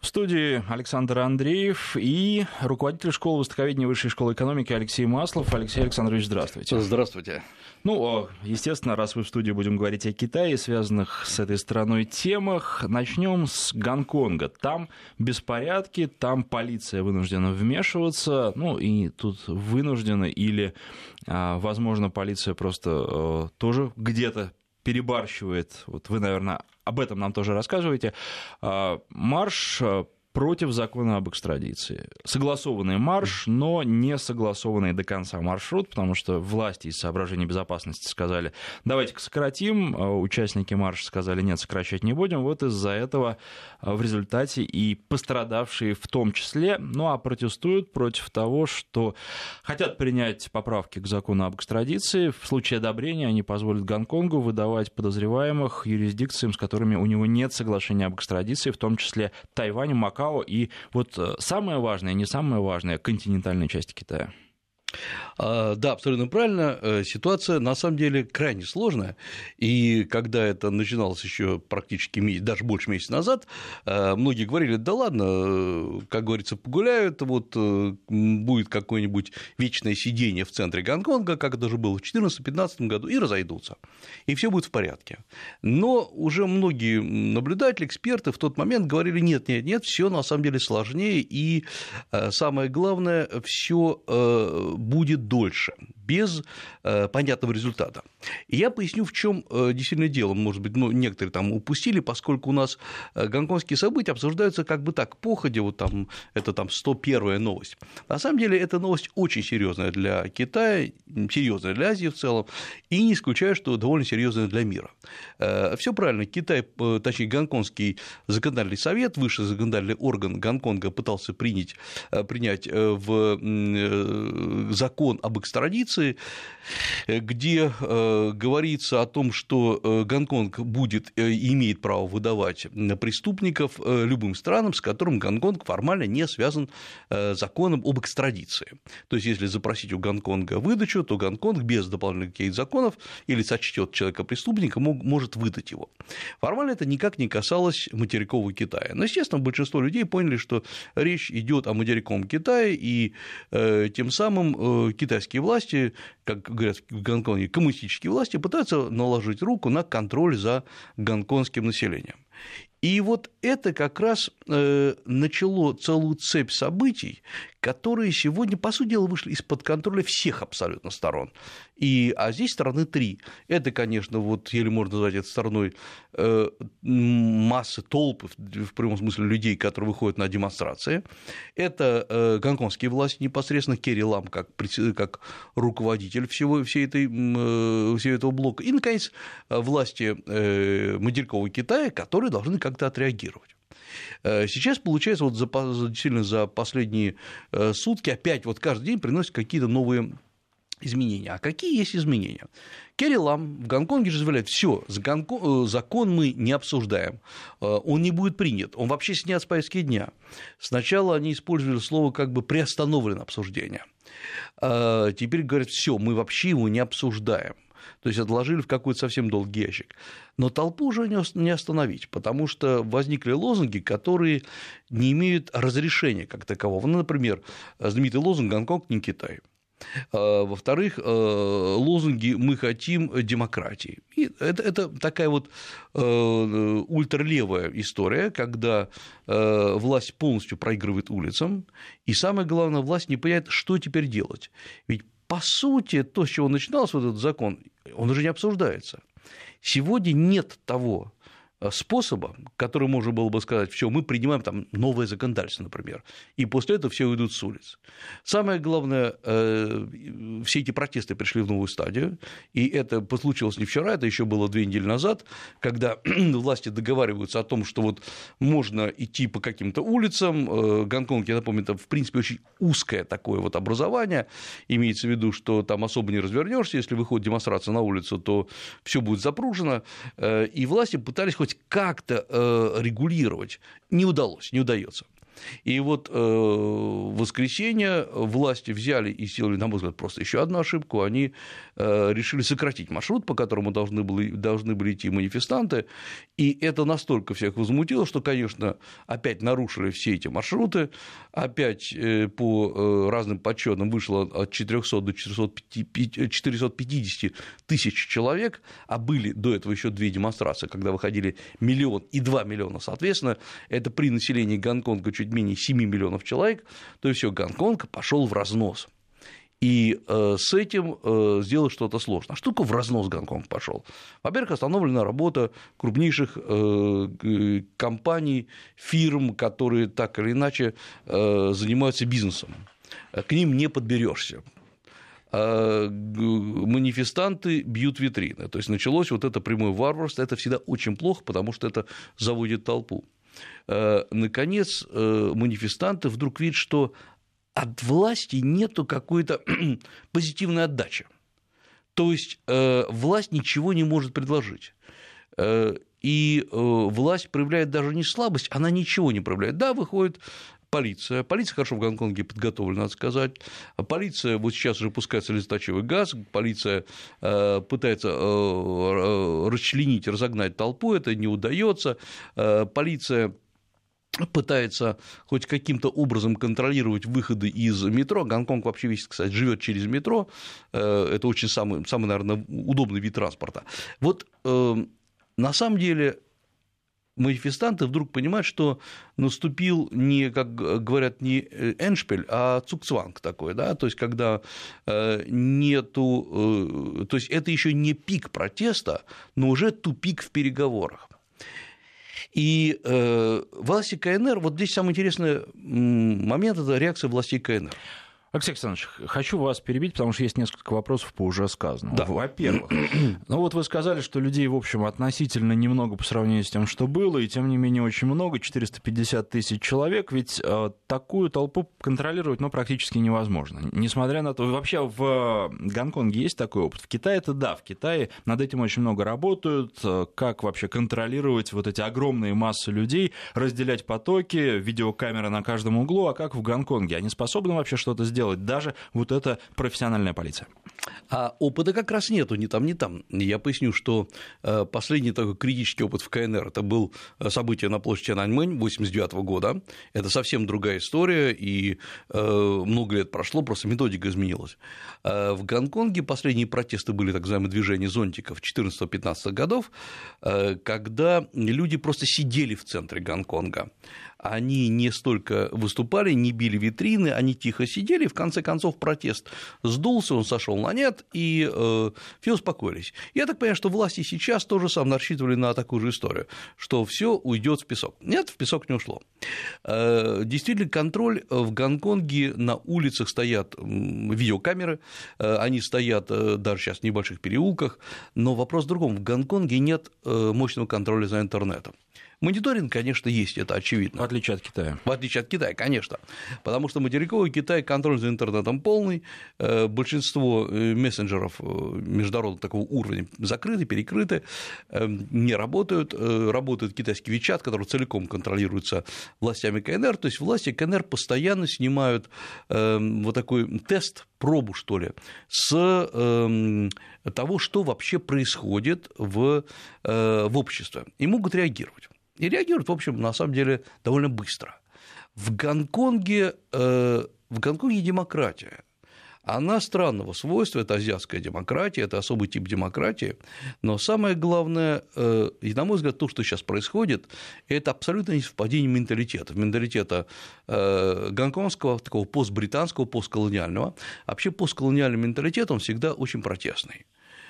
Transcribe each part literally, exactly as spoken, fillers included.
В студии Александр Андреев и руководитель школы востоковедения Высшей школы экономики Алексей Маслов. Алексей Александрович, здравствуйте. Здравствуйте. Ну, естественно, раз вы в студии, будем говорить о Китае и связанных с этой страной темах. Начнем с Гонконга. Там беспорядки, там полиция вынуждена вмешиваться. Ну, и тут вынуждена или, возможно, полиция просто тоже где-то перебарщивает. Вот вы, наверное, об этом нам тоже рассказываете. Марш против закона об экстрадиции. Согласованный марш, но не согласованный до конца маршрут, потому что власти из соображений безопасности сказали, давайте-ка сократим, участники марша сказали, нет, сокращать не будем, вот из-за этого в результате и пострадавшие в том числе, ну а протестуют против того, что хотят принять поправки к закону об экстрадиции, в случае одобрения они позволят Гонконгу выдавать подозреваемых юрисдикциям, с которыми у него нет соглашения об экстрадиции, в том числе Тайвань, Макао, и вот самое важное, не самое важное, континентальной части Китая. Да, абсолютно правильно. Ситуация на самом деле крайне сложная. И когда это начиналось еще практически месяц, даже больше месяца назад, многие говорили, да ладно, как говорится, погуляют, вот будет какое-нибудь вечное сидение в центре Гонконга, как это же было в две тысячи четырнадцатом-две тысячи пятнадцатом году, и разойдутся. И все будет в порядке. Но уже многие наблюдатели, эксперты в тот момент говорили, нет, нет, нет, все на самом деле сложнее, и самое главное, все будет дольше, без э, понятного результата. И я поясню, в чем э, действительно дело. Может быть, ну, некоторые там упустили, поскольку у нас э, гонконгские события обсуждаются как бы так, походя, вот там, это там сто первая новость. На самом деле, эта новость очень серьезная для Китая, серьезная для Азии в целом, и не исключаю, что довольно серьезная для мира. Э, все правильно, Китай, э, точнее, Гонконгский законодательный совет, высший законодательный орган Гонконга пытался принять, э, принять э, в э, закон об экстрадиции, где э, говорится о том, что э, Гонконг будет, э, имеет право выдавать преступников э, любым странам, с которым Гонконг формально не связан э, законом об экстрадиции. То есть, если запросить у Гонконга выдачу, то Гонконг без дополнительных каких-то законов или сочтет человека преступника, мог, может выдать его. Формально это никак не касалось материкового Китая. Но, естественно, большинство людей поняли, что речь идет о материковом Китае, и э, тем самым э, китайские власти, как говорят в Гонконге, коммунистические власти пытаются наложить руку на контроль за гонконгским населением. И вот это как раз начало целую цепь событий, которые сегодня, по сути дела, вышли из-под контроля всех абсолютно сторон. И, а здесь стороны три. Это, конечно, вот, или можно назвать это стороной э, массы, толпы, в прямом смысле людей, которые выходят на демонстрации. Это э, гонконгские власти, непосредственно Керри Лам, как, как руководитель всего, всей этой, э, всего этого блока. И, наконец, власти э, материкового Китая, которые должны как-то отреагировать. Сейчас, получается, вот за, действительно за последние сутки опять вот каждый день приносят какие-то новые изменения. А какие есть изменения? Керри Лам в Гонконге же заявляет, все, закон мы не обсуждаем, он не будет принят, он вообще снят с повестки дня. Сначала они использовали слово как бы приостановлено обсуждение. Теперь говорят, все, мы вообще его не обсуждаем. То есть отложили в какой-то совсем долгий ящик. Но толпу уже не остановить, потому что возникли лозунги, которые не имеют разрешения как такового. Ну, например, знаменитый лозунг «Гонконг не Китай». Во-вторых, лозунги «Мы хотим демократии». И это, это такая вот ультралевая история, когда власть полностью проигрывает улицам, и самое главное, власть не понимает, что теперь делать. Ведь по сути, то, с чего начинался вот этот закон, он уже не обсуждается. Сегодня нет того способа, который можно было бы сказать, все, мы принимаем там новое законодательство, например, и после этого все уйдут с улиц. Самое главное, все эти протесты пришли в новую стадию, и это случилось не вчера, это еще было две недели назад, когда власти договариваются о том, что вот можно идти по каким-то улицам. Гонконг, я напомню, это в принципе очень узкое такое вот образование, имеется в виду, что там особо не развернешься, если выходит демонстрация на улицу, то все будет запружено, и власти пытались хоть как-то регулировать, не удалось, не удается. И вот в воскресенье власти взяли и сделали, на мой взгляд, просто еще одну ошибку. Они решили сократить маршрут, по которому должны были, должны были идти манифестанты, и это настолько всех возмутило, что, конечно, опять нарушили все эти маршруты, опять по разным подсчетам вышло от четырёхсот до четырёхсот пятидесяти тысяч человек, а были до этого еще две демонстрации, когда выходили миллион и два миллиона, соответственно, это при населении Гонконга чуть менее семи миллионов человек, то есть все, Гонконг пошел в разнос. И э, с этим э, сделать что-то сложно. А что такое в разнос Гонконг пошел? Во-первых, остановлена работа крупнейших э, компаний, фирм, которые так или иначе э, занимаются бизнесом. К ним не подберешься. Манифестанты бьют витрины. То есть началось вот это прямое варварство. Это всегда очень плохо, потому что это заводит толпу. Наконец, манифестанты вдруг видят, что от власти нету какой-то позитивной отдачи. То есть власть ничего не может предложить. И власть проявляет даже не слабость, она ничего не проявляет. Да, выходит полиция. Полиция хорошо в Гонконге подготовлена, надо сказать. Полиция, вот сейчас уже пускается слезоточивый газ, полиция пытается расчленить, разогнать толпу, это не удается. Полиция пытается хоть каким-то образом контролировать выходы из метро. Гонконг вообще весь, кстати, живет через метро. Это очень самый, самый, наверное, удобный вид транспорта. Вот на самом деле манифестанты вдруг понимают, что наступил не, как говорят, не эндшпиль, а цугцванг такой, да, то есть когда нету, то есть это еще не пик протеста, но уже тупик в переговорах. И э, власти КНР, вот здесь самый интересный момент – это реакция властей КНР. Алексей Александрович, хочу вас перебить, потому что есть несколько вопросов по уже сказанному. Да. Во-первых, ну вот вы сказали, что людей, в общем, относительно немного по сравнению с тем, что было, и тем не менее очень много, четыреста пятьдесят тысяч человек, ведь э, такую толпу контролировать, ну, практически невозможно. Несмотря на то, вообще в Гонконге есть такой опыт. В Китае это да, в Китае над этим очень много работают, как вообще контролировать вот эти огромные массы людей, разделять потоки, видеокамеры на каждом углу, а как в Гонконге? Они способны вообще что-то сделать? Даже вот эта профессиональная полиция. А опыта как раз нету, ни там, ни там. Я поясню, что последний такой критический опыт в КНР – это был событие на площади Тяньаньмэнь восемьдесят девятого года. Это совсем другая история, и много лет прошло, просто методика изменилась. В Гонконге последние протесты были так называемые движения зонтиков четырнадцатого-пятнадцатого годов, когда люди просто сидели в центре Гонконга. Они не столько выступали, не били витрины, они тихо сидели, в конце концов протест сдулся, он сошел на нет, и э, все успокоились. Я так понимаю, что власти сейчас тоже самое рассчитывали на такую же историю, что все уйдет в песок. Нет, в песок не ушло. Э, действительно, контроль в Гонконге, на улицах стоят видеокамеры, э, они стоят э, даже сейчас в небольших переулках, но вопрос в другом. В Гонконге нет э, мощного контроля за интернетом. Мониторинг, конечно, есть, это очевидно. В отличие от Китая. В отличие от Китая, конечно. Потому что материковый Китай контроль за интернетом полный, большинство мессенджеров международного такого уровня закрыты, перекрыты, не работают. Работает китайский Вичат, который целиком контролируется властями КНР. То есть власти КНР постоянно снимают вот такой тест, пробу, что ли, с того, что вообще происходит в, в обществе, и могут реагировать. И реагируют, в общем, на самом деле, довольно быстро. В Гонконге, в Гонконге демократия. Она странного свойства, это азиатская демократия, это особый тип демократии, но самое главное, и, на мой взгляд, то, что сейчас происходит, это абсолютное несовпадение менталитетов, менталитета гонконгского, такого постбританского, постколониального. Вообще постколониальный менталитет, он всегда очень протестный.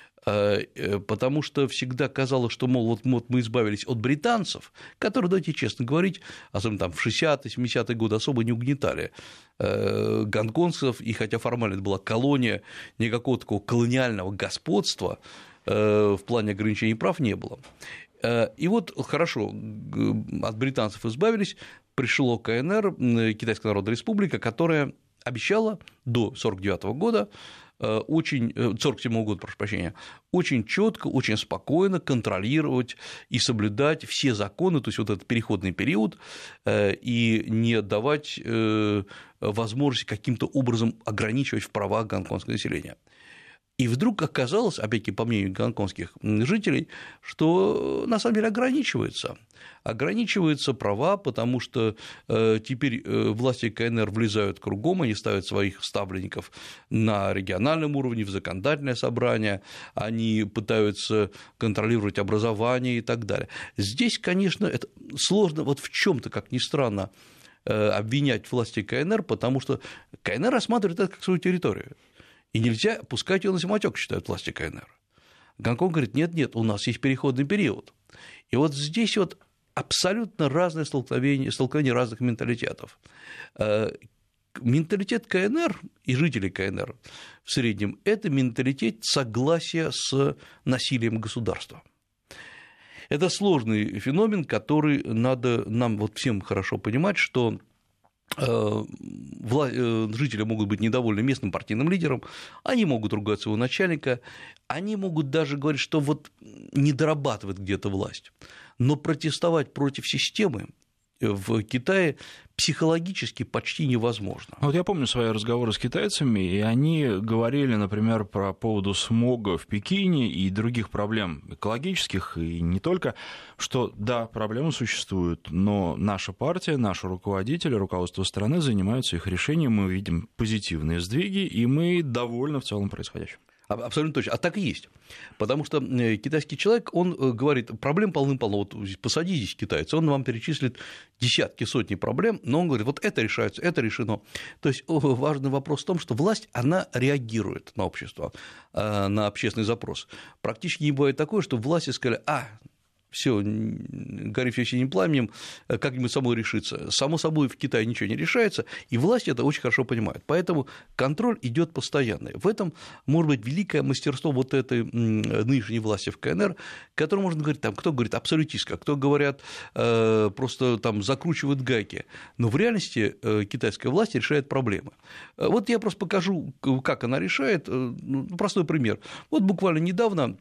Потому что всегда казалось, что, мол, вот, вот мы избавились от британцев, которые, давайте честно говорить, особенно там в шестидесятые, семидесятые годы особо не угнетали гонконгцев, и хотя формально это была колония, никакого такого колониального господства в плане ограничений прав не было. И вот хорошо, от британцев избавились, пришло КНР, Китайская Народная Республика, которая обещала до сорок девятого года очень, сорок седьмого года, прошу прощения, очень четко, очень спокойно контролировать и соблюдать все законы, то есть вот этот переходный период, и не давать возможности каким-то образом ограничивать в правах гонконгского населения. И вдруг оказалось, опять-таки, по мнению гонконгских жителей, что на самом деле ограничивается. Ограничиваются права, потому что э, теперь э, власти КНР влезают кругом, они ставят своих ставленников на региональном уровне, в законодательное собрание, они пытаются контролировать образование и так далее. Здесь, конечно, это сложно, вот в чем-то, как ни странно, э, обвинять власти КНР, потому что КНР рассматривает это как свою территорию. И нельзя пускать ее на самотек, считают власти КНР. Гонконг говорит, нет-нет, у нас есть переходный период. И вот здесь вот абсолютно разное столкновение, столкновение разных менталитетов. Менталитет КНР и жителей КНР в среднем – это менталитет согласия с насилием государства. Это сложный феномен, который надо нам вот всем хорошо понимать, что жители могут быть недовольны местным партийным лидером, они могут ругать своего начальника, они могут даже говорить, что вот не дорабатывает где-то власть, но протестовать против системы в Китае психологически почти невозможно. Вот я помню свои разговоры с китайцами, и они говорили, например, про поводу смога в Пекине и других проблем экологических, и не только, что да, проблемы существуют, но наша партия, наши руководители, руководство страны занимаются их решением, мы видим позитивные сдвиги, и мы довольны в целом происходящим. Абсолютно точно. А так и есть. Потому что китайский человек, он говорит, проблем полным-полно. Вот посади здесь китайца, он вам перечислит десятки, сотни проблем, но он говорит, вот это решается, это решено. То есть важный вопрос в том, что власть, она реагирует на общество, на общественный запрос. Практически не бывает такое, что власти сказали, а, все, гори все синим пламенем, как-нибудь само решится. Само собой в Китае ничего не решается, и власти это очень хорошо понимают. Поэтому контроль идет постоянный. В этом может быть великое мастерство вот этой нынешней власти в КНР, которую можно говорить, там, кто говорит абсолютистка, кто говорят, просто там закручивают гайки. Но в реальности китайская власть решает проблемы. Вот я просто покажу, как она решает. Простой пример. Вот буквально недавно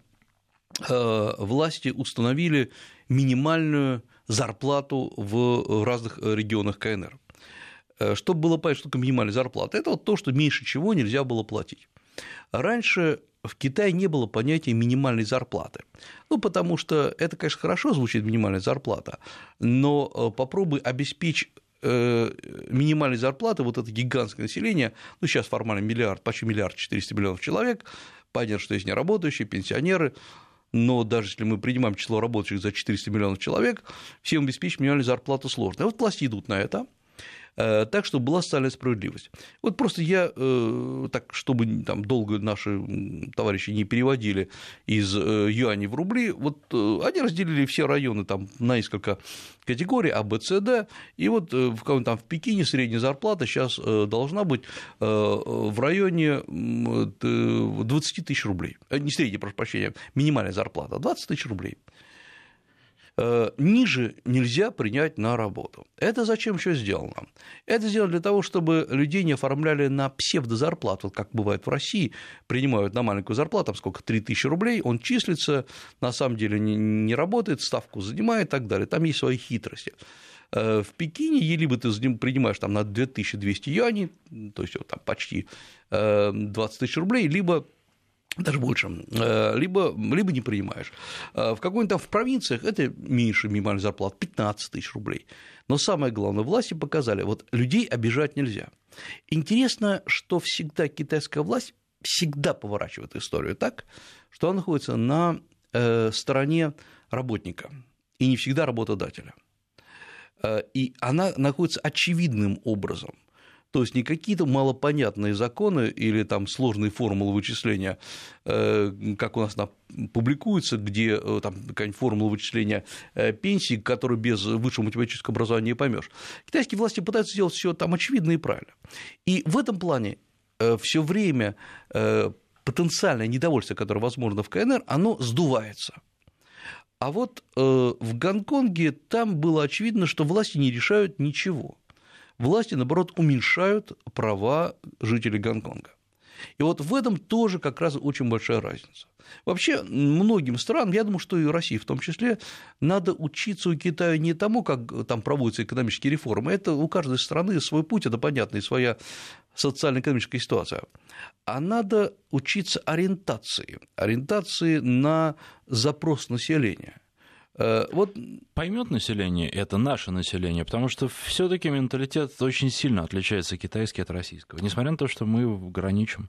власти установили минимальную зарплату в разных регионах КНР. Чтобы было понятно, что такое минимальная зарплата, это вот то, что меньше чего нельзя было платить. Раньше в Китае не было понятия минимальной зарплаты. Ну, потому что это, конечно, хорошо звучит минимальная зарплата, но попробуй обеспечить минимальной зарплаты вот это гигантское население, ну, сейчас формально миллиард, почти миллиард четыреста миллионов человек, понятно, что есть неработающие, пенсионеры, но даже если мы принимаем число рабочих за четыреста миллионов человек, всем обеспечить минимальную зарплату сложно. И вот власти идут на это, так, чтобы была социальная справедливость. Вот просто я, так, чтобы там долго наши товарищи не переводили из юаней в рубли, вот они разделили все районы там на несколько категорий А, Б, С, Д, и вот в, там, в Пекине средняя зарплата сейчас должна быть в районе двадцать тысяч рублей, не средняя, прошу прощения, минимальная зарплата, двадцать тысяч рублей. Ниже нельзя принять на работу. Это зачем еще сделано? Это сделано для того, чтобы людей не оформляли на псевдозарплату, как бывает в России, принимают на маленькую зарплату, там сколько, три тысячи рублей, он числится, на самом деле не работает, ставку занимает и так далее, там есть свои хитрости. В Пекине либо ты принимаешь там на две тысячи двести юаней, то есть вот, там, почти двадцать тысяч рублей, либо даже больше, либо, либо не принимаешь. В какой-нибудь там в провинциях это меньше минимальной зарплаты, пятнадцать тысяч рублей. Но самое главное, власти показали, вот людей обижать нельзя. Интересно, что всегда китайская власть всегда поворачивает историю так, что она находится на стороне работника и не всегда работодателя. И она находится очевидным образом. То есть не какие-то малопонятные законы или там сложные формулы вычисления, как у нас публикуются, где там какая-нибудь формула вычисления пенсии, которую без высшего математического образования не поймешь. Китайские власти пытаются сделать все там очевидно и правильно. И в этом плане все время потенциальное недовольство, которое возможно в КНР, оно сдувается. А вот в Гонконге там было очевидно, что власти не решают ничего. Власти, наоборот, уменьшают права жителей Гонконга. И вот в этом тоже как раз очень большая разница. Вообще, многим странам, я думаю, что и России в том числе, надо учиться у Китая не тому, как там проводятся экономические реформы, это у каждой страны свой путь, это понятно, и своя социально-экономическая ситуация, а надо учиться ориентации, ориентации на запрос населения. Вот... Поймет население это наше население, потому что все-таки менталитет очень сильно отличается китайский от российского, несмотря на то, что мы граничим.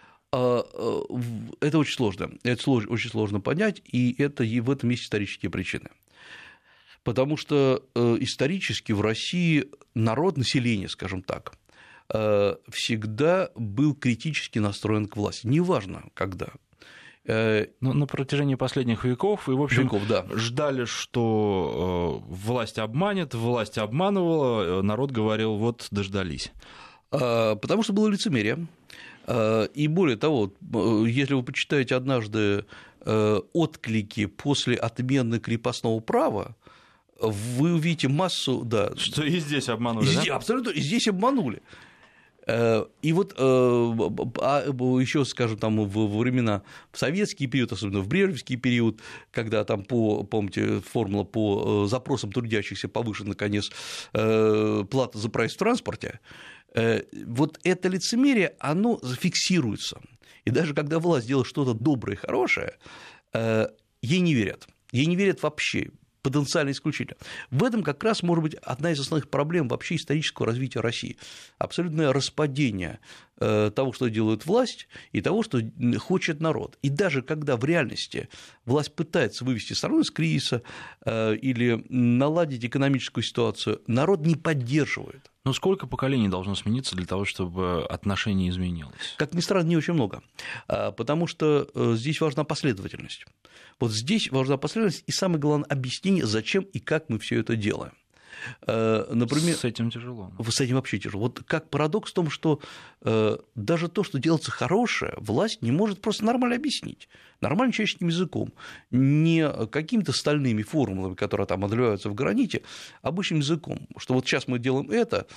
Это очень сложно, это очень сложно понять, и это и в этом есть исторические причины. Потому что исторически в России народ, население, скажем так, всегда был критически настроен к власти, неважно когда. Ну, на протяжении последних веков, и, в общем, веков, да. ждали, что власть обманет, власть обманывала, народ говорил, вот дождались. Потому что было лицемерие. И более того, если вы почитаете однажды отклики после отмены крепостного права, вы увидите массу... Да, что и здесь обманули, и, да? Абсолютно, и здесь обманули. И вот а еще, скажем, там во времена, в советский период, особенно в брежневский период, когда там по, помните, формула по запросам трудящихся повышена, наконец, плата за проезд в транспорте, вот это лицемерие, оно зафиксируется. И даже когда власть делает что-то доброе и хорошее, ей не верят. Ей не верят вообще. Потенциально исключительно. В этом как раз может быть одна из основных проблем вообще исторического развития России. Абсолютное распадение того, что делает власть, и того, что хочет народ. И даже когда в реальности власть пытается вывести страну из кризиса или наладить экономическую ситуацию, народ не поддерживает. Но сколько поколений должно смениться для того, чтобы отношение изменилось? Как ни странно, не очень много, потому что здесь важна последовательность. Вот здесь важна последовательность и, самое главное, объяснение, зачем и как мы все это делаем. Например, с этим тяжело. С этим вообще тяжело. Вот как парадокс в том, что даже то, что делается хорошее, власть не может просто нормально объяснить, нормальным человеческим языком, не какими-то стальными формулами, которые там одолеваются в граните, обычным языком, что вот сейчас мы делаем это,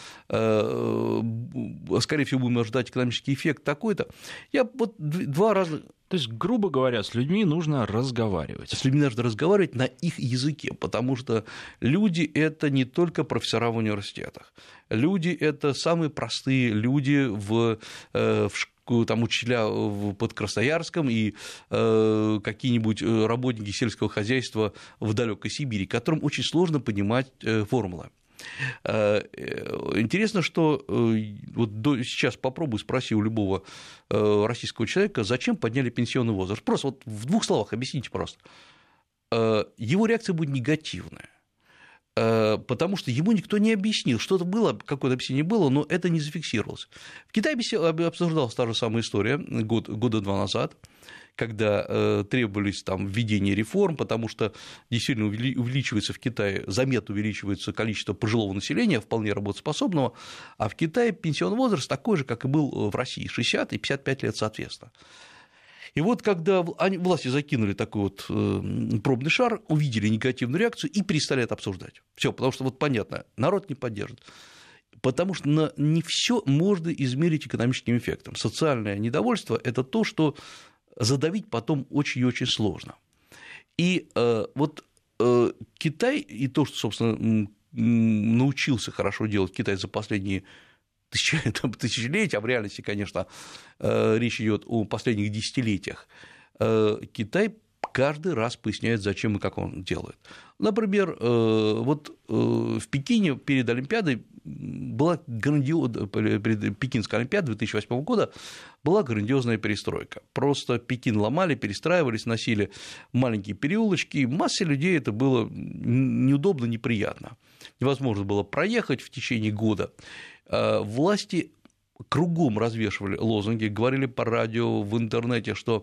скорее всего, будем ожидать экономический эффект такой-то. Я вот два раза... То есть, грубо говоря, с людьми нужно разговаривать. С людьми нужно разговаривать на их языке, потому что люди – это не только профессора в университетах. Люди – это самые простые люди в, в школе, там учителя под Красноярском и э, какие-нибудь работники сельского хозяйства в далекой Сибири, которым очень сложно понимать э, формулы. Интересно, что вот сейчас попробуй спроси у любого российского человека, зачем подняли пенсионный возраст. Просто вот в двух словах объясните просто. Его реакция будет негативная, потому что ему никто не объяснил. Что-то было, какое-то объяснение было, но это не зафиксировалось. В Китае обсуждалась та же самая история год, года два назад, когда э, требовались там введения реформ, потому что действительно увеличивается в Китае, заметно увеличивается количество пожилого населения, вполне работоспособного, а в Китае пенсионный возраст такой же, как и был в России, шестьдесят и пятьдесят пять лет соответственно. И вот когда они, власти закинули такой вот э, пробный шар, увидели негативную реакцию и перестали это обсуждать. Все, потому что вот понятно, народ не поддержит. Потому что на, не все можно измерить экономическим эффектом. Социальное недовольство – это то, что задавить потом очень и очень сложно. И э, вот э, Китай и то, что, собственно, научился хорошо делать Китай за последние тысячелетия, а в реальности, конечно, э, речь идет о последних десятилетиях, э, Китай каждый раз поясняет, зачем и как он делает. Например, вот в Пекине перед Олимпиадой была грандиозная, перед Пекинской Олимпиадой две тысячи восьмого года была грандиозная перестройка. Просто Пекин ломали, перестраивались, носили маленькие переулочки, массе людей это было неудобно, неприятно. Невозможно было проехать в течение года. Власти кругом развешивали лозунги, говорили по радио, в интернете, что,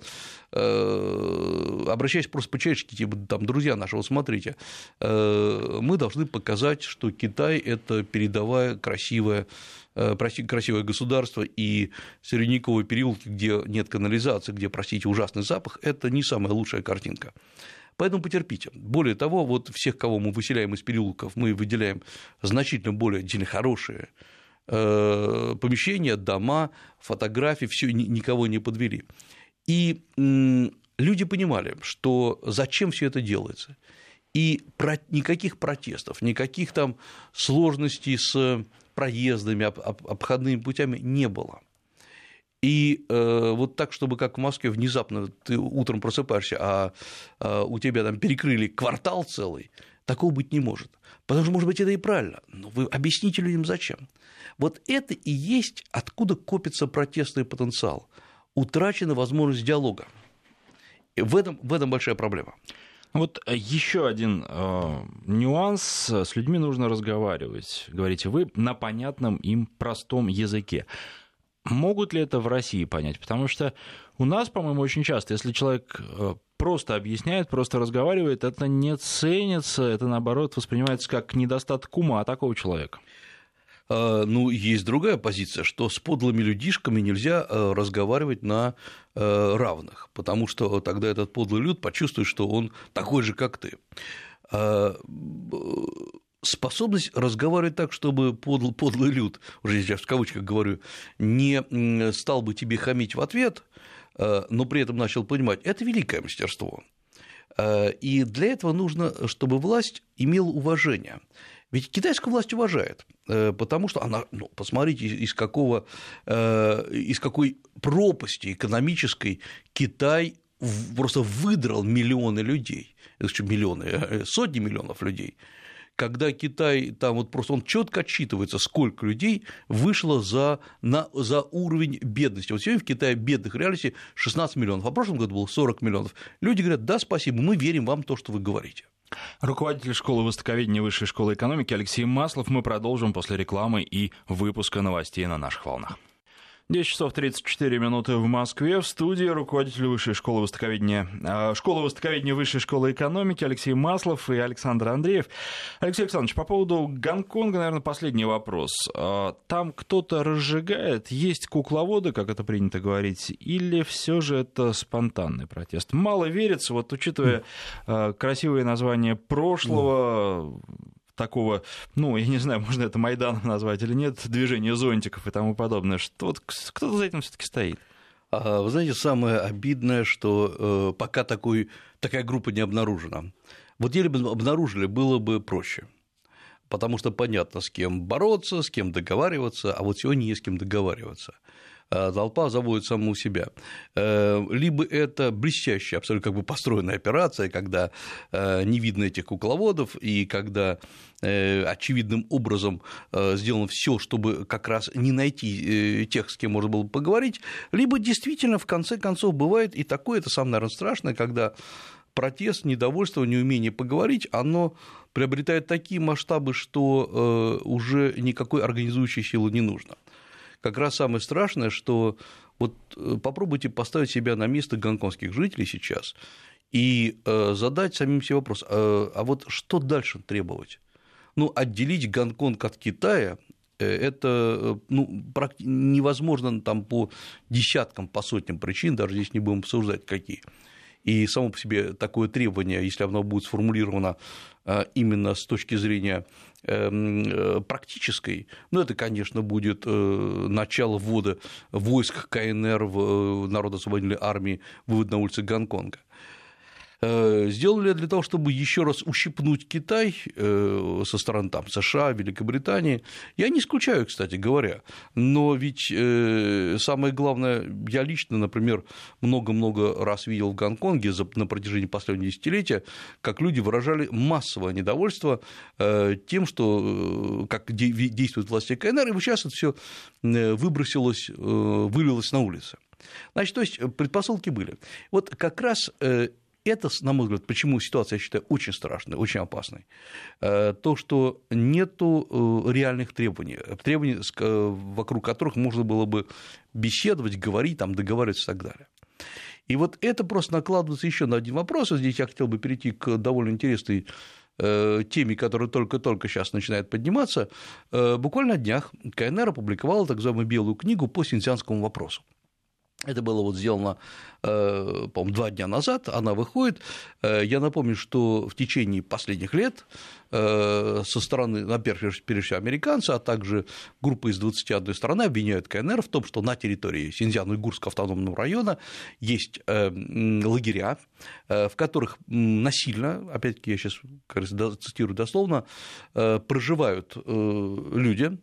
э, обращаясь просто по-человечески, типа, там, друзья наши, вот смотрите, э, мы должны показать, что Китай – это передовое, красивое, э, красивое государство, и средневековые переулки, где нет канализации, где, простите, ужасный запах – это не самая лучшая картинка. Поэтому потерпите. Более того, вот всех, кого мы выселяем из переулков, мы выделяем значительно более хорошие помещения, дома, фотографии, все, никого не подвели. И люди понимали, что зачем все это делается. И никаких протестов, никаких там сложностей с проездами, обходными путями не было. И э, вот так, чтобы как в Москве внезапно ты утром просыпаешься, а, а у тебя там перекрыли квартал целый, такого быть не может. Потому что, может быть, это и правильно, но вы объясните людям, зачем. Вот это и есть, откуда копится протестный потенциал. Утрачена возможность диалога. И в этом, в этом большая проблема. Вот еще один э, нюанс. С людьми нужно разговаривать. Говорите вы на понятном им простом языке. Могут ли это в России понять? Потому что у нас, по-моему, очень часто, если человек просто объясняет, просто разговаривает, это не ценится, это, наоборот, воспринимается как недостаток ума такого человека. Ну, есть другая позиция, что с подлыми людишками нельзя разговаривать на равных, потому что тогда этот подлый люд почувствует, что он такой же, как ты. Способность разговаривать так, чтобы подл, подлый люд, уже сейчас в кавычках говорю, не стал бы тебе хамить в ответ, но при этом начал понимать, это великое мастерство. И для этого нужно, чтобы власть имела уважение. Ведь китайская власть уважает, потому что она, ну, посмотрите, из, какого, из какой пропасти экономической Китай просто выдрал миллионы людей, миллионы, сотни миллионов людей. Когда Китай, там вот просто он четко отчитывается, сколько людей вышло за, на, за уровень бедности. Вот сегодня в Китае бедных реальностей шестнадцать миллионов, а в прошлом году было сорок миллионов. Люди говорят, да, спасибо, мы верим вам в то, что вы говорите. Руководитель школы востоковедения Высшей школы экономики Алексей Маслов. Мы продолжим после рекламы и выпуска новостей на наших волнах. десять часов тридцать четыре минуты в Москве. В студии руководитель Высшей школы востоковедения, школы востоковедения Высшей школы экономики Алексей Маслов и Александр Андреев. Алексей Александрович, по поводу Гонконга, наверное, последний вопрос. Там кто-то разжигает, есть кукловоды, как это принято говорить, или все же это спонтанный протест? Мало верится, вот учитывая красивые названия прошлого, такого, ну, я не знаю, можно это Майданом назвать или нет, движение зонтиков и тому подобное, что вот кто-то за этим все-таки стоит. Вы знаете, самое обидное, что пока такой, такая группа не обнаружена. Вот если бы обнаружили, было бы проще, потому что понятно, с кем бороться, с кем договариваться, а вот сегодня не с кем договариваться. Толпа заводит саму себя. Либо это блестящая, абсолютно как бы построенная операция, когда не видно этих кукловодов, и когда очевидным образом сделано все, чтобы как раз не найти тех, с кем можно было бы поговорить, либо действительно, в конце концов, бывает и такое, это самое, наверное, страшное, когда протест, недовольство, неумение поговорить, оно приобретает такие масштабы, что уже никакой организующей силы не нужно. Как раз самое страшное, что вот попробуйте поставить себя на место гонконгских жителей сейчас и задать самим себе вопрос, а вот что дальше требовать? Ну, отделить Гонконг от Китая – это, ну, невозможно там по десяткам, по сотням причин, даже здесь не будем обсуждать какие. И само по себе такое требование, если оно будет сформулировано именно с точки зрения практической, ну, это, конечно, будет начало ввода войск ка эн эр в Народно-освободительной армии, вывод на улицы Гонконга. Сделали для того, чтобы еще раз ущипнуть Китай со стороны там, США, Великобритании. Я не исключаю, кстати говоря, но ведь самое главное, я лично, например, много-много раз видел в Гонконге на протяжении последнего десятилетия, как люди выражали массовое недовольство тем, что как действуют власти ка эн эр, и вот сейчас это все выбросилось, вылилось на улицы. Значит, то есть предпосылки были. Вот как раз это, на мой взгляд, почему ситуация, я считаю, очень страшной, очень опасной, то, что нету реальных требований, требований, вокруг которых можно было бы беседовать, говорить, там, договариваться и так далее. И вот это просто накладывается еще на один вопрос, и здесь я хотел бы перейти к довольно интересной теме, которая только-только сейчас начинает подниматься. Буквально на днях ка эн эр опубликовала так называемую белую книгу по синьцзянскому вопросу. Это было вот сделано, по-моему, два дня назад, она выходит. Я напомню, что в течение последних лет со стороны, ну, прежде всего, американцы, а также группа из двадцати одной страны обвиняют КНР в том, что на территории Синьцзян-Уйгурского автономного района есть лагеря, в которых насильно, опять-таки я сейчас цитирую дословно, проживают люди,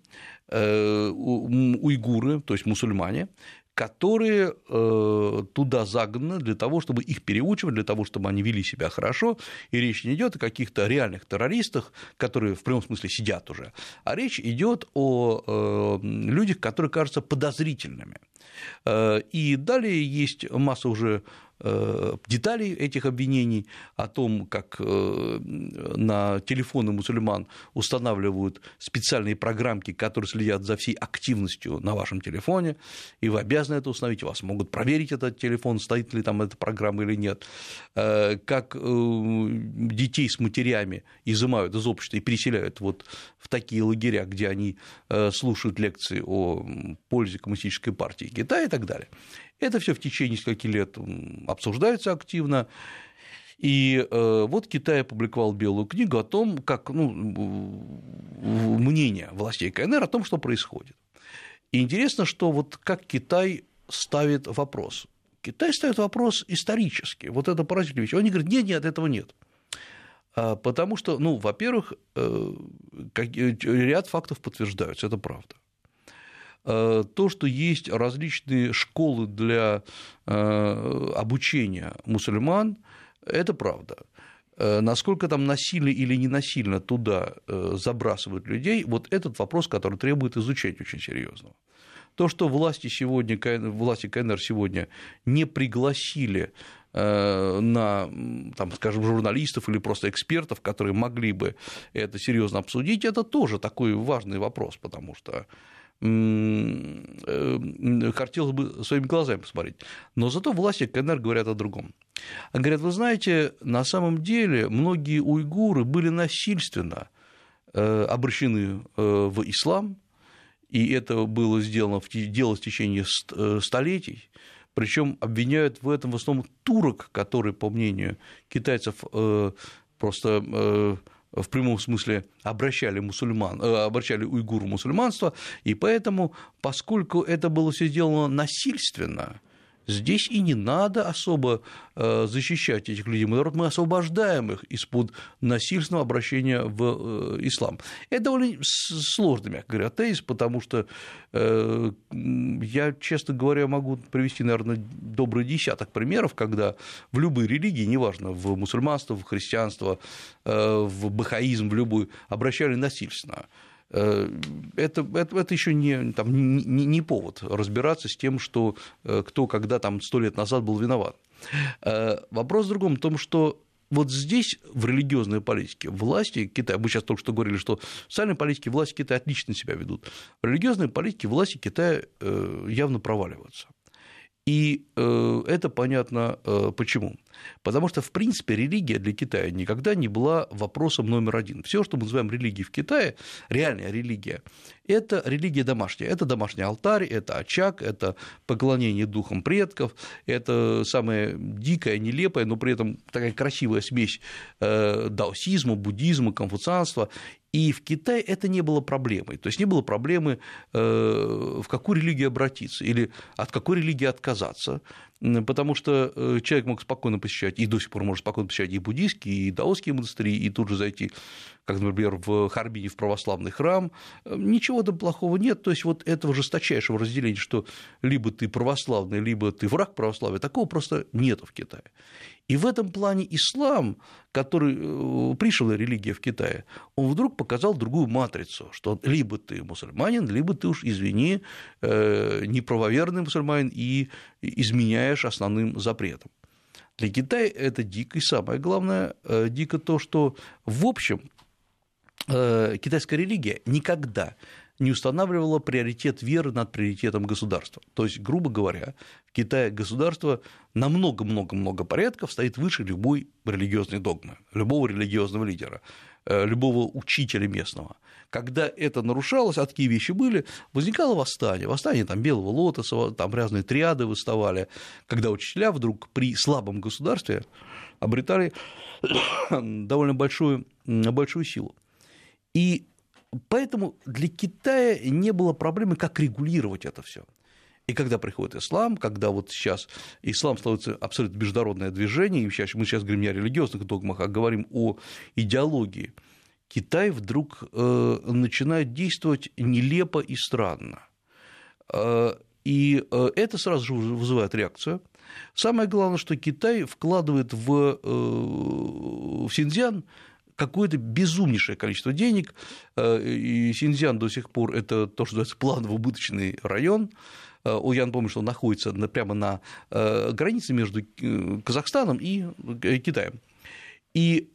уйгуры, то есть мусульмане, которые э, туда загнаны для того, чтобы их переучивать, для того, чтобы они вели себя хорошо, и речь не идет о каких-то реальных террористах, которые в прямом смысле сидят уже, а речь идет о э, людях, которые кажутся подозрительными. Э, и далее есть масса уже деталей этих обвинений, о том, как на телефоны мусульман устанавливают специальные программки, которые следят за всей активностью на вашем телефоне, и вы обязаны это установить, вас могут проверить этот телефон, стоит ли там эта программа или нет, как детей с матерями изымают из общества и переселяют вот в такие лагеря, где они слушают лекции о пользе коммунистической партии Китая и так далее. Это все в течение нескольких лет обсуждается активно. И вот Китай опубликовал белую книгу о том, как, ну, мнение властей КНР о том, что происходит. И интересно, что вот как Китай ставит вопрос. Китай ставит вопрос исторически. Вот это поразительная вещь. Они говорят, нет, нет, этого нет. Потому что, ну, во-первых, ряд фактов подтверждаются, это правда. То, что есть различные школы для обучения мусульман, это правда. Насколько там насильно или не насильно туда забрасывают людей, вот этот вопрос, который требует изучения очень серьезного. То, что власти, сегодня, власти КНР сегодня не пригласили на, там, скажем, журналистов или просто экспертов, которые могли бы это серьезно обсудить, это тоже такой важный вопрос, потому что хотелось бы своими глазами посмотреть. Но зато власти КНР говорят о другом. Они говорят, вы знаете, на самом деле многие уйгуры были насильственно обращены в ислам, и это было сделано в дело в течение столетий, причем обвиняют в этом в основном турок, которые, по мнению китайцев, просто в прямом смысле обращали, мусульман, обращали уйгур в мусульманство, и поэтому, поскольку это было все сделано насильственно, здесь и не надо особо защищать этих людей, мы освобождаем их из-под насильственного обращения в ислам. Это довольно сложный, мягко говоря, тезис, потому что я, честно говоря, могу привести, наверное, добрый десяток примеров, когда в любой религии, неважно, в мусульманство, в христианство, в бахаизм, в любую, обращали насильственно. Это, это, это еще не, там, не, не повод разбираться с тем, что кто когда там сто лет назад был виноват. Вопрос в другом, в том, что вот здесь в религиозной политике власти Китая, мы сейчас только что говорили, что в социальной политике власти Китая отлично себя ведут, в религиозной политике власти Китая явно проваливаются. И это понятно почему. Потому что, в принципе, религия для Китая никогда не была вопросом номер один. Все, что мы называем религией в Китае, реальная религия, это религия домашняя. Это домашний алтарь, это очаг, это поклонение духам предков, это самая дикая, нелепая, но при этом такая красивая смесь даосизма, буддизма, конфуцианства. И в Китае это не было проблемой. То есть не было проблемы, в какую религию обратиться или от какой религии отказаться, потому что человек мог спокойно посещать, и до сих пор может спокойно посещать и буддийские, и даосские монастыри, и тут же зайти, как, например, в Харбине в православный храм. Ничего там плохого нет. То есть вот этого жесточайшего разделения, что либо ты православный, либо ты враг православия, такого просто нету в Китае. И в этом плане ислам, который пришлая религия в Китае, он вдруг показал другую матрицу, что либо ты мусульманин, либо ты уж, извини, неправоверный мусульманин и изменяешь основным запретам. Для Китая это дико, и самое главное, дико то, что в общем китайская религия никогда не устанавливала приоритет веры над приоритетом государства. То есть, грубо говоря, в Китае государство на много-много-много порядков стоит выше любой религиозной догмы, любого религиозного лидера. любого учителя местного. Когда это нарушалось, а такие вещи были, возникало восстание. Восстание там, Белого лотоса, там разные триады выставали, когда учителя вдруг при слабом государстве обретали довольно большую, большую силу. И поэтому для Китая не было проблемы, как регулировать это все. И когда приходит ислам, когда вот сейчас ислам становится абсолютно международное движение, и сейчас, мы сейчас говорим не о религиозных догмах, а говорим о идеологии, Китай вдруг э, начинает действовать нелепо и странно. Э, и э, это сразу же вызывает реакцию. Самое главное, что Китай вкладывает в, э, в Синьцзян какое-то безумнейшее количество денег, и Синьцзян до сих пор это то, что называется планово-убыточный район. Я напомню, что он находится прямо на границе между Казахстаном и Китаем. И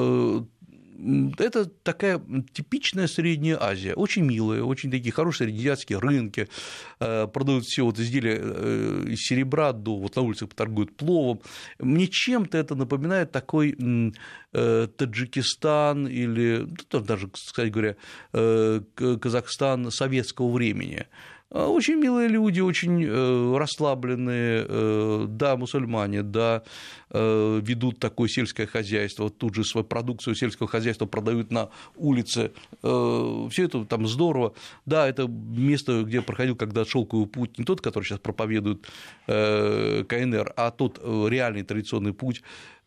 это такая типичная Средняя Азия, очень милая, очень такие хорошие среднеазиатские рынки, продают все вот изделия из серебра до, вот на улицах торгуют пловом. Мне чем-то это напоминает такой Таджикистан или даже, кстати говоря, Казахстан советского времени. Очень милые люди, очень расслабленные, да, мусульмане, да, ведут такое сельское хозяйство, тут же свою продукцию сельского хозяйства продают на улице, все это там здорово, да, это место, где проходил когда шелковый путь, не тот, который сейчас проповедует КНР, а тот реальный традиционный путь.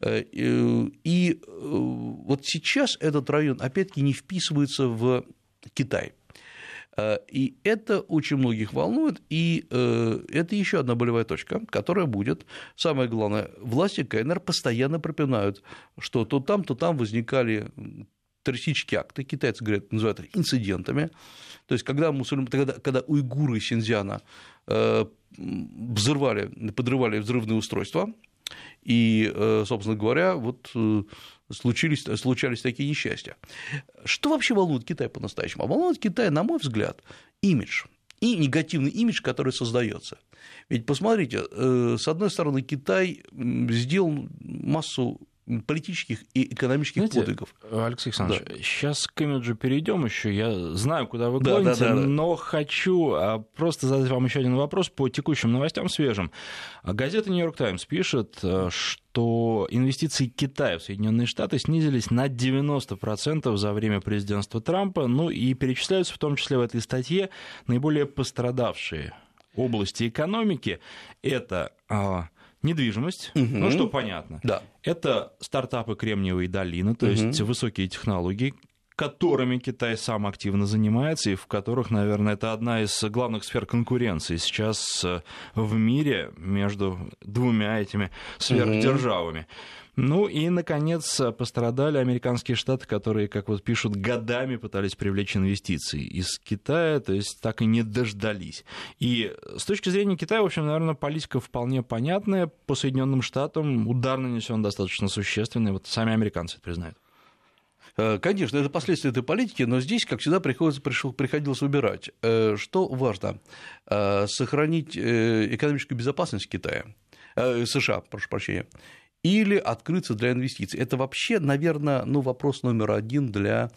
И вот сейчас этот район, опять-таки, не вписывается в Китай. И это очень многих волнует, и это еще одна болевая точка, которая будет. Самое главное, власти КНР постоянно пропинают, что то там, то там возникали террористические акты, китайцы говорят, называют их инцидентами. То есть, когда, мусульмане, когда, когда уйгуры Синьцзяна взрывали, подрывали взрывные устройства, и, собственно говоря, вот случились, случались такие несчастья. Что вообще волнует Китай по-настоящему? А волнует Китай, на мой взгляд, имидж. И негативный имидж, который создается. Ведь посмотрите, с одной стороны, Китай сделал массу политических и экономических Знаете, подвигов. Алексей Александрович, да. сейчас к имиджу перейдем еще. Я знаю, куда вы да, гоните, да, да, но хочу просто задать вам еще один вопрос по текущим новостям свежим. Газета «Нью-Йорк Таймс» пишет, что инвестиции Китая в Соединенные Штаты снизились на девяносто процентов за время президентства Трампа, ну и перечисляются в том числе в этой статье наиболее пострадавшие области экономики. Это недвижимость, угу. ну что понятно. Да. Это стартапы Кремниевой долины, то угу. есть высокие технологии, которыми Китай сам активно занимается, и в которых, наверное, это одна из главных сфер конкуренции сейчас в мире между двумя этими сверхдержавами. Угу. Ну и, наконец, пострадали американские штаты, которые, как вот пишут, годами пытались привлечь инвестиции из Китая, то есть так и не дождались. И с точки зрения Китая, в общем, наверное, политика вполне понятная. По Соединенным Штатам удар нанесен достаточно существенный, вот сами американцы это признают. Конечно, это последствия этой политики, но здесь, как всегда, приходится, пришел, приходилось выбирать. Что важно? Сохранить экономическую безопасность Китая, США, прошу прощения, или открыться для инвестиций. Это вообще, наверное, ну, вопрос номер один для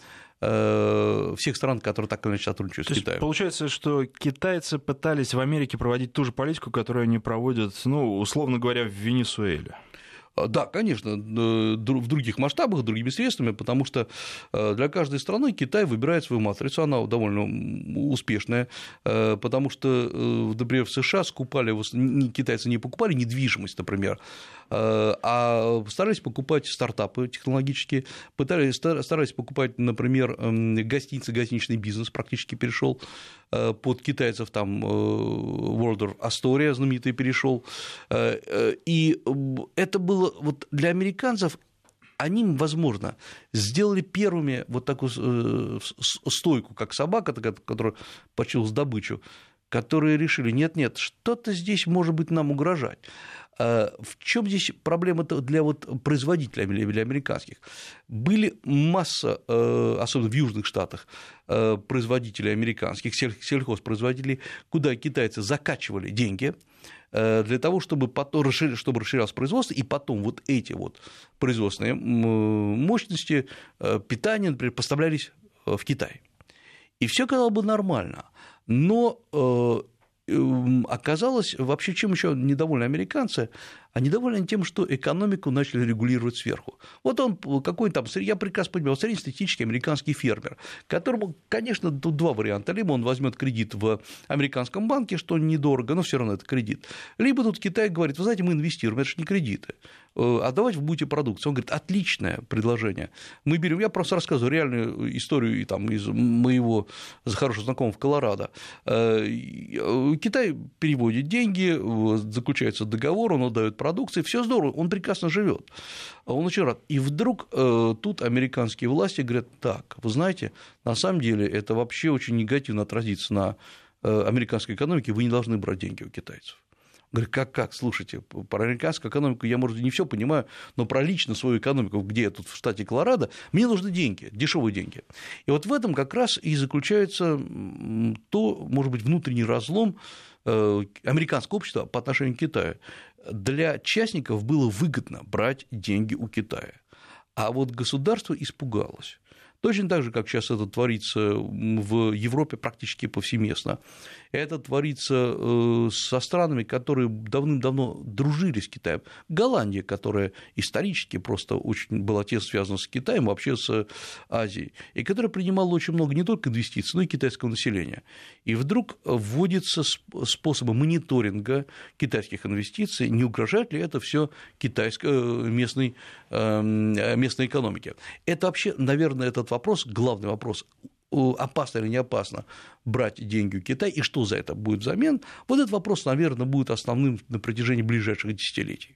э, всех стран, которые так или иначе сотрудничают То с Китаем. Получается, что китайцы пытались в Америке проводить ту же политику, которую они проводят, ну, условно говоря, в Венесуэле. Да, конечно, в других масштабах, другими средствами, потому что для каждой страны Китай выбирает свою матрицу, она довольно успешная, потому что, например, в США скупали, китайцы не покупали недвижимость, например, а старались покупать стартапы технологические, пытались, старались покупать, например, гостиницы, гостиничный бизнес практически перешел под китайцев, там Waldorf Astoria знаменитый перешел, и это было вот для американцев. Они, возможно, сделали первыми вот такую стойку, как собака, которая почуяла добычу, которые решили, нет-нет, что-то здесь может быть нам угрожать. В чем здесь проблема-то для вот производителей, для американских? Были масса, особенно в Южных Штатах, производителей американских, сельхозпроизводителей, куда китайцы закачивали деньги для того, чтобы, потом, чтобы расширялось производство, и потом вот эти вот производственные мощности питания, например, поставлялись в Китай. И все казалось бы нормально, но оказалось, вообще чем еще недовольны американцы, а недовольны тем, что экономику начали регулировать сверху. Вот он какой-то там, я прекрасно понимаю, среднестатистический американский фермер, которому, конечно, тут два варианта. Либо он возьмет кредит в американском банке, что недорого, но все равно это кредит. Либо тут Китай говорит, вы знаете, мы инвестируем, это же не кредиты, а давайте вы будете продукцию. Он говорит, отличное предложение. Мы берем, я просто рассказываю реальную историю там, из моего хорошего знакомого в Колорадо. Китай переводит деньги, заключается договор, он отдает продукции, все здорово, он прекрасно живет, он очень рад. И вдруг э, тут американские власти говорят, так, вы знаете, на самом деле это вообще очень негативно отразится на э, американской экономике, вы не должны брать деньги у китайцев. Говорю, как, как, слушайте, про американскую экономику я, может, не все понимаю, но про лично свою экономику, где я тут в штате Колорадо, мне нужны деньги, дешевые деньги. И вот в этом как раз и заключается то, может быть, внутренний разлом американского общества по отношению к Китаю. Для частников было выгодно брать деньги у Китая, а вот государство испугалось. Точно так же, как сейчас это творится в Европе практически повсеместно. Это творится со странами, которые давным-давно дружили с Китаем. Голландия, которая исторически просто очень была тесно связана с Китаем, вообще с Азией, и которая принимала очень много не только инвестиций, но и китайского населения. И вдруг вводятся способы мониторинга китайских инвестиций, не угрожает ли это все китайской местной, местной экономике. Это вообще, наверное, этот вопрос, главный вопрос, опасно или не опасно брать деньги у Китая, и что за это будет взамен, вот этот вопрос, наверное, будет основным на протяжении ближайших десятилетий.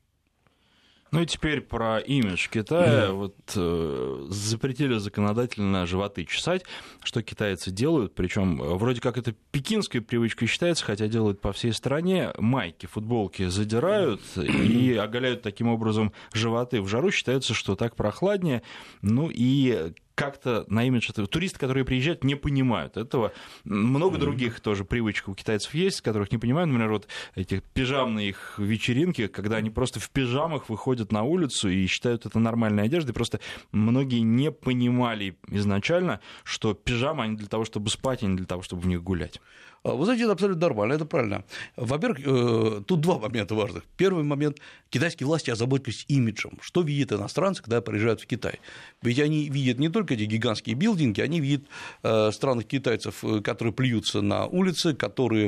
Ну и теперь про имидж Китая. Mm. Вот э, запретили законодательно животы чесать, что китайцы делают, причем вроде как это пекинской привычкой считается, хотя делают по всей стране. Майки, футболки задирают и оголяют таким образом животы. В жару считается, что так прохладнее. Ну и как-то на имидж этого. Туристы, которые приезжают, не понимают этого. Много других тоже привычек у китайцев есть, которых не понимают. Например, вот эти пижамные их вечеринки, когда они просто в пижамах выходят на улицу и считают это нормальной одеждой. Просто многие не понимали изначально, что пижама, они для того, чтобы спать, а не для того, чтобы в них гулять. Вы знаете, это абсолютно нормально, это правильно. Во-первых, тут два момента важных. Первый момент – китайские власти озаботились имиджем. Что видят иностранцы, когда приезжают в Китай? Ведь они видят не только эти гигантские билдинги, они видят странных китайцев, которые плюются на улице, которые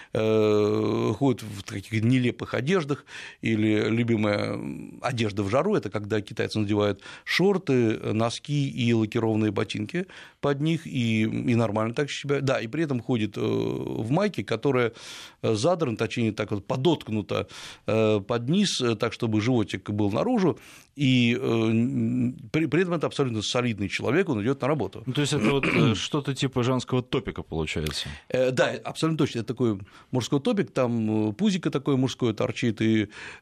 ходят в таких нелепых одеждах, или любимая одежда в жару – это когда китайцы надевают шорты, носки и лакированные ботинки под них, и, и нормально так себя. Да, и при этом ходит в майке, которая задрана, точнее, так вот подоткнута под низ, так, чтобы животик был наружу, и при, при этом это абсолютно солидный человек, он идет на работу. Ну, то есть это вот что-то типа женского топика получается? Да, абсолютно точно, это такой мужской топик, там пузико такое мужское торчит, и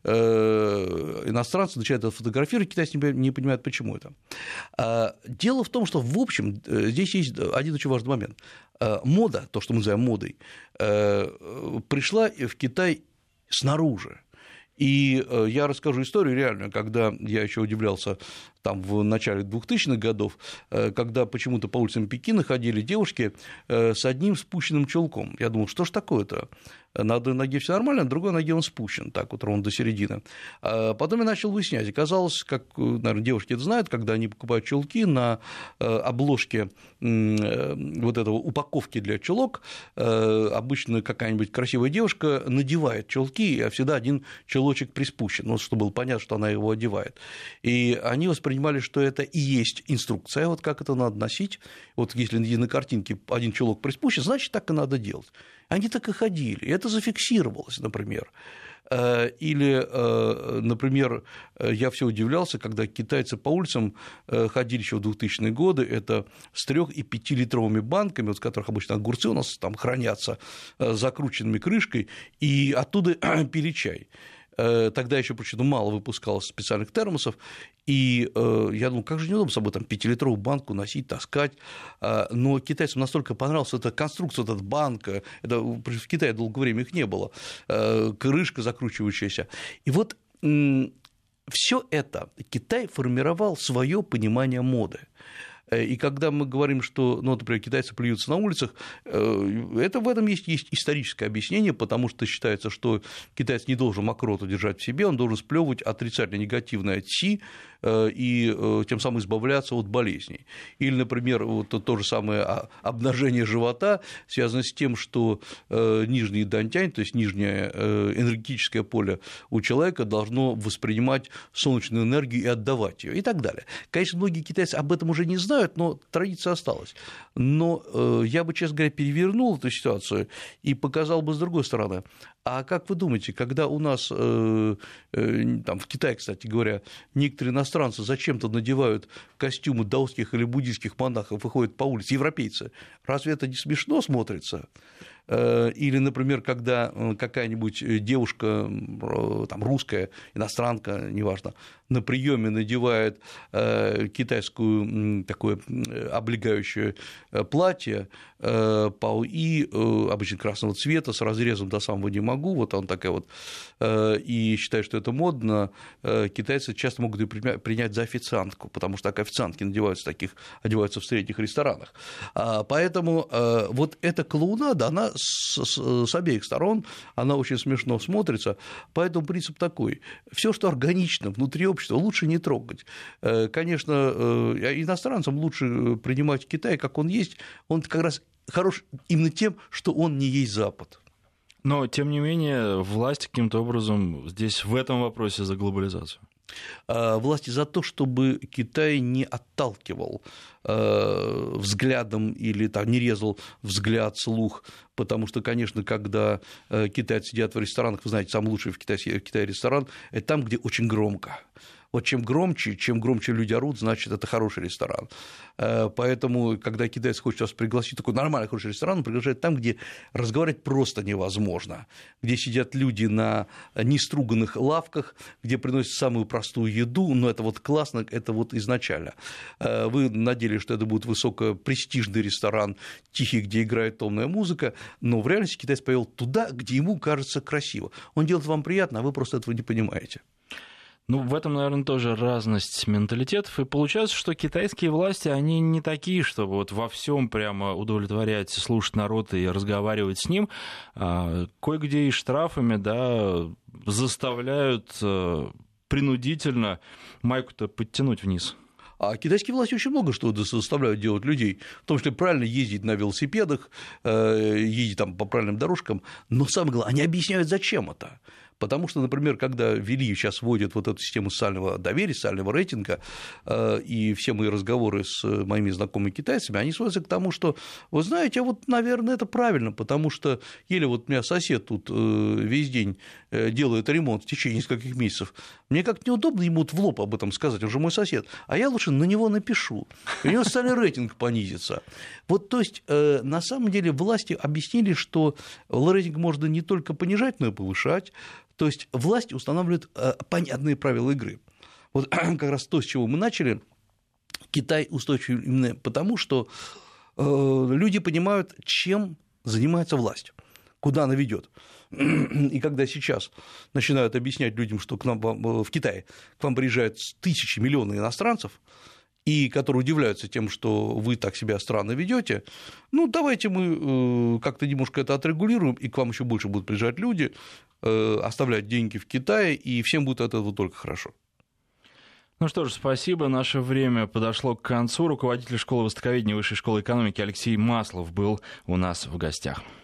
иностранцы начинают это фотографировать, китайцы не понимают, почему это. Дело в том, что, в общем, здесь есть один очень важный момент. Мода, то, что мы называем модой, пришла в Китай снаружи. И я расскажу историю реальную, когда я еще удивлялся там в начале двухтысячных годов, когда почему-то по улицам Пекина ходили девушки с одним спущенным чулком. Я думал, что ж такое-то? На одной ноге все нормально, на другой ноге он спущен, так вот ровно до середины. А потом я начал выяснять. Оказалось, как, наверное, девушки это знают, когда они покупают чулки, на обложке вот этого упаковки для чулок обычно какая-нибудь красивая девушка надевает чулки, а всегда один чулочек приспущен, ну, чтобы было понятно, что она его одевает. И они воспринимали, что это и есть инструкция, вот как это надо носить. Вот если на картинке один чулок приспущен, значит, так и надо делать. Они так и ходили, это зафиксировалось, например. Или, например, я все удивлялся, когда китайцы по улицам ходили еще в двухтысячные годы, это с трёх- и пятилитровыми банками, вот, в которых обычно огурцы у нас там хранятся, закрученными крышкой, и оттуда пили чай. Тогда еще, почему мало выпускалось специальных термосов, и я думал, как же неудобно с собой там пятилитровую банку носить, таскать, но китайцам настолько понравилась эта конструкция, эта банка, это, в Китае долгое время их не было, крышка закручивающаяся, и вот все это Китай формировал свое понимание моды. И когда мы говорим, что, ну, например, китайцы плюются на улицах, это в этом есть, есть историческое объяснение, потому что считается, что китаец не должен мокроту держать в себе, он должен сплёвывать отрицательно негативное ци и тем самым избавляться от болезней. Или, например, вот то же самое обнажение живота связано с тем, что нижний дантянь, то есть нижнее энергетическое поле у человека должно воспринимать солнечную энергию и отдавать ее, и так далее. Конечно, многие китайцы об этом уже не знают, но традиция осталась. Но я бы, честно говоря, перевернул эту ситуацию и показал бы с другой стороны. А как вы думаете, когда у нас, э, э, там, в Китае, кстати говоря, некоторые иностранцы зачем-то надевают костюмы даосских или буддийских монахов и ходят по улице, европейцы, разве это не смешно смотрится? Или, например, когда какая-нибудь девушка, там, русская, иностранка, неважно, на приеме надевает китайскую такое облегающее платье и обычно красного цвета с разрезом до самого не могу, вот он такая вот, и считает, что это модно, китайцы часто могут ее принять за официантку, потому что так официантки надеваются таких, одеваются в средних ресторанах. Поэтому вот эта клоунада, она С, с, с обеих сторон, она очень смешно смотрится, поэтому принцип такой: все, что органично внутри общества, лучше не трогать. Конечно, иностранцам лучше принимать Китай, как он есть, он как раз хорош именно тем, что он не есть Запад. Но, тем не менее, власть каким-то образом здесь в этом вопросе за глобализацию. Власти за то, чтобы Китай не отталкивал взглядом или там, не резал взгляд, слух, потому что, конечно, когда китайцы сидят в ресторанах, вы знаете, самый лучший в Китае, в Китае ресторан – это там, где очень громко. Вот чем громче, чем громче люди орут, значит, это хороший ресторан. Поэтому, когда китайец хочет вас пригласить, такой нормальный, хороший ресторан, он приглашает там, где разговаривать просто невозможно, где сидят люди на неструганных лавках, где приносят самую простую еду, но это вот классно, это вот изначально. Вы надеялись, что это будет высокопрестижный ресторан, тихий, где играет томная музыка, но в реальности китаец повел туда, где ему кажется красиво. Он делает вам приятно, а вы просто этого не понимаете. Ну, в этом, наверное, тоже разность менталитетов. И получается, что китайские власти, они не такие, чтобы вот во всем прямо удовлетворять, слушать народ и разговаривать с ним. А кое-где и штрафами, да, заставляют принудительно майку-то подтянуть вниз. А китайские власти очень много что заставляют делать людей, в том числе правильно ездить на велосипедах, ездить там по правильным дорожкам, но самое главное, они объясняют, зачем это. Потому что, например, когда ввели, сейчас вводят вот эту систему социального доверия, социального рейтинга, и все мои разговоры с моими знакомыми китайцами, они сводятся к тому, что, вы знаете, вот, наверное, это правильно, потому что еле вот у меня сосед тут весь день делает ремонт в течение нескольких месяцев, мне как-то неудобно ему вот в лоб об этом сказать, он же мой сосед, а я лучше на него напишу, у него социальный рейтинг понизится. Вот, то есть, на самом деле, власти объяснили, что рейтинг можно не только понижать, но и повышать. То есть власти устанавливают понятные правила игры. Вот как раз то, с чего мы начали, Китай устойчив именно потому, что люди понимают, чем занимается власть, куда она ведет. И когда сейчас начинают объяснять людям, что к нам в Китае к вам приезжают тысячи, миллионы иностранцев, и которые удивляются тем, что вы так себя странно ведете, ну, давайте мы как-то немножко это отрегулируем, и к вам еще больше будут приезжать люди, оставлять деньги в Китае, и всем будет от этого только хорошо. Ну что ж, спасибо. Наше время подошло к концу. Руководитель школы востоковедения Высшей школы экономики Алексей Маслов был у нас в гостях.